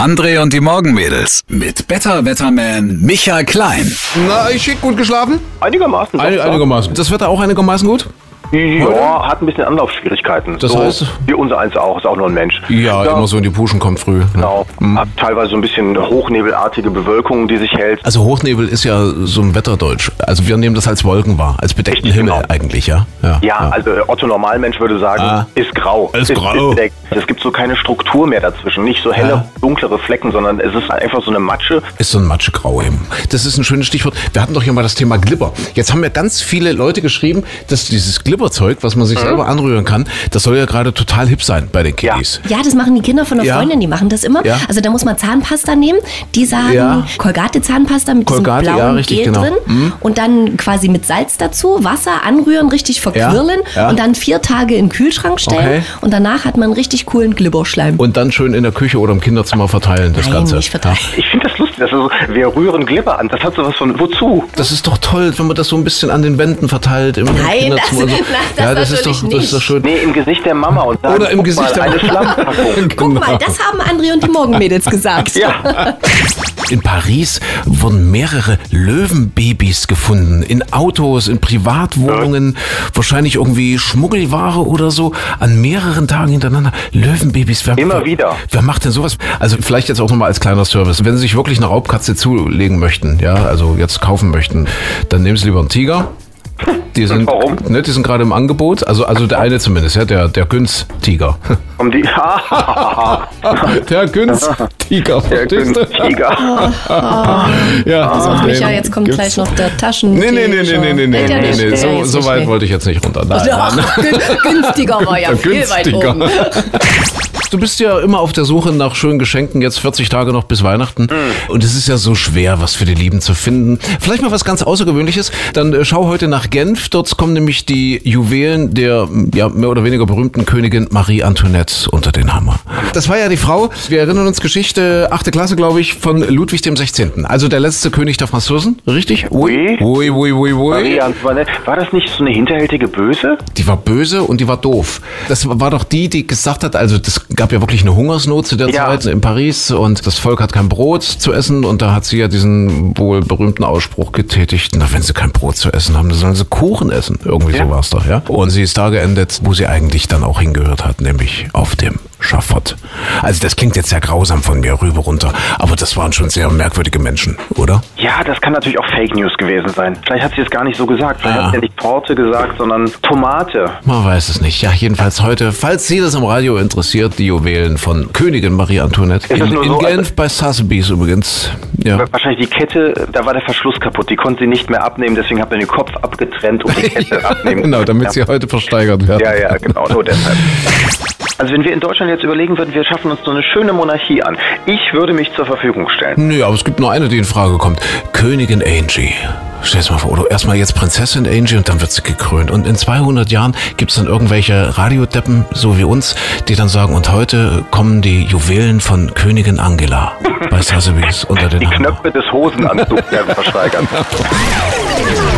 André und die Morgenmädels mit Better Wetterman Michael Klein. Na, ich schick, gut geschlafen? Einigermaßen. Einigermaßen. Das Wetter auch einigermaßen gut? Ja, hat ein bisschen Anlaufschwierigkeiten. Das heißt? Wie unser Eins auch, ist auch nur ein Mensch. Ja, immer so in die Puschen kommt früh. Genau. Hat teilweise so ein bisschen hochnebelartige Bewölkung, die sich hält. Also Hochnebel ist ja so ein Wetterdeutsch. Also wir nehmen das als Wolken wahr, als bedeckten Richtig, Himmel genau. eigentlich, ja? Ja, also Otto Normalmensch würde sagen, ist grau. Ist grau. bedeckt. Es gibt so keine Struktur mehr dazwischen. Nicht so helle, dunklere Flecken, sondern es ist einfach so eine Matsche. Ist so ein Matschegrau eben. Das ist ein schönes Stichwort. Wir hatten doch hier mal das Thema Glibber. Jetzt haben mir ganz viele Leute geschrieben, dass dieses Glibberzeug, was man sich selber anrühren kann, das soll ja gerade total hip sein bei den Kiddies. Ja, das machen die Kinder von einer Ja. Freundin, die machen das immer. Ja. Also da muss man Zahnpasta nehmen. Die sagen Colgate-Zahnpasta mit Colgate, diesem ja, blauen richtig, Gel genau. drin. Und dann quasi mit Salz dazu, Wasser anrühren, richtig verquirlen Ja. und dann 4 Tage in den Kühlschrank stellen. Okay. Und danach hat man einen richtig coolen Glibberschleim. Und dann schön in der Küche oder im Kinderzimmer verteilen, das Nein, Ganze. nicht verteilen. Ich finde das lustig. Das ist so, wir rühren Glibber an. Das hat so was von, wozu? Das ist doch toll, wenn man das so ein bisschen an den Wänden verteilt. Im Nein, das- Kinderzimmer. nein, das ist natürlich doch, das ist doch schön. Nee, im Gesicht der Mama und sagen, Oder im guck Gesicht mal, der eine Mama. Schlammpackung. Guck mal, das haben André und die Morgenmädels gesagt. Ja. In Paris wurden mehrere Löwenbabys gefunden. In Autos, in Privatwohnungen, wahrscheinlich irgendwie Schmuggelware oder so. An mehreren Tagen hintereinander Löwenbabys. Immer wieder. Wer macht denn sowas? Also vielleicht jetzt auch nochmal als kleiner Service. Wenn Sie sich wirklich eine Raubkatze zulegen möchten, ja, also jetzt kaufen möchten, dann nehmen Sie lieber einen Tiger. Die sind, Warum? ne, die sind gerade im Angebot. Also der eine zumindest, ja, der Günz-Tiger. Um die. Der Günz-Tiger, Der verstehst du? Günstiger. Ja, Also auf Micha, den jetzt kommt gibt's- gleich noch der Taschen. Nee. So weit wollte ich jetzt nicht runter. Nein. Günstiger war ja viel weit Günstiger. oben. Du bist ja immer auf der Suche nach schönen Geschenken, jetzt 40 Tage noch bis Weihnachten. Und es ist ja so schwer, was für die Lieben zu finden. Vielleicht mal was ganz Außergewöhnliches. Dann schau heute nach Genf. Dort kommen nämlich die Juwelen der mehr oder weniger berühmten Königin Marie Antoinette unter den Hammer. Das war ja die Frau, wir erinnern uns, Geschichte 8. Klasse, glaube ich, von Ludwig dem 16. Also der letzte König der Franzosen, richtig? Oui. Oui. Marie Antoinette. War das nicht so eine hinterhältige Böse? Die war böse und die war doof. Das war doch die gesagt hat, also das gab ja wirklich eine Hungersnot zu der Zeit in Paris und das Volk hat kein Brot zu essen und da hat sie ja diesen wohl berühmten Ausspruch getätigt, na, wenn sie kein Brot zu essen haben, dann sollen sie Kuchen essen. Irgendwie so war es doch, ja. Und sie ist da geendet, wo sie eigentlich dann auch hingehört hat, nämlich auf dem Schafott. Also das klingt jetzt sehr grausam von mir rüber runter, aber das waren schon sehr merkwürdige Menschen, oder? Ja, das kann natürlich auch Fake News gewesen sein. Vielleicht hat sie es gar nicht so gesagt. Vielleicht hat sie ja nicht Torte gesagt, sondern Tomate. Man weiß es nicht. Ja, jedenfalls heute, falls Sie das im Radio interessiert, die Juwelen von Königin Marie Antoinette. Ist es nur In so, Genf bei Sotheby's übrigens. Ja. Wahrscheinlich die Kette, da war der Verschluss kaputt. Die konnte sie nicht mehr abnehmen, deswegen hat man den Kopf abgetrennt und die Kette abnehmen. Genau, damit sie heute versteigert werden. Ja, genau, nur deshalb. Also wenn wir in Deutschland jetzt überlegen würden, wir schaffen uns so eine schöne Monarchie an. Ich würde mich zur Verfügung stellen. Nö, aber es gibt nur eine, die in Frage kommt. Königin Angie. Stell dir mal vor, oder erstmal jetzt Prinzessin Angie und dann wird sie gekrönt. Und in 200 Jahren gibt es dann irgendwelche Radiodeppen, so wie uns, die dann sagen, und heute kommen die Juwelen von Königin Angela bei Sotheby's unter den Die Hammer. Knöpfe des Hosenanzugs werden versteigert.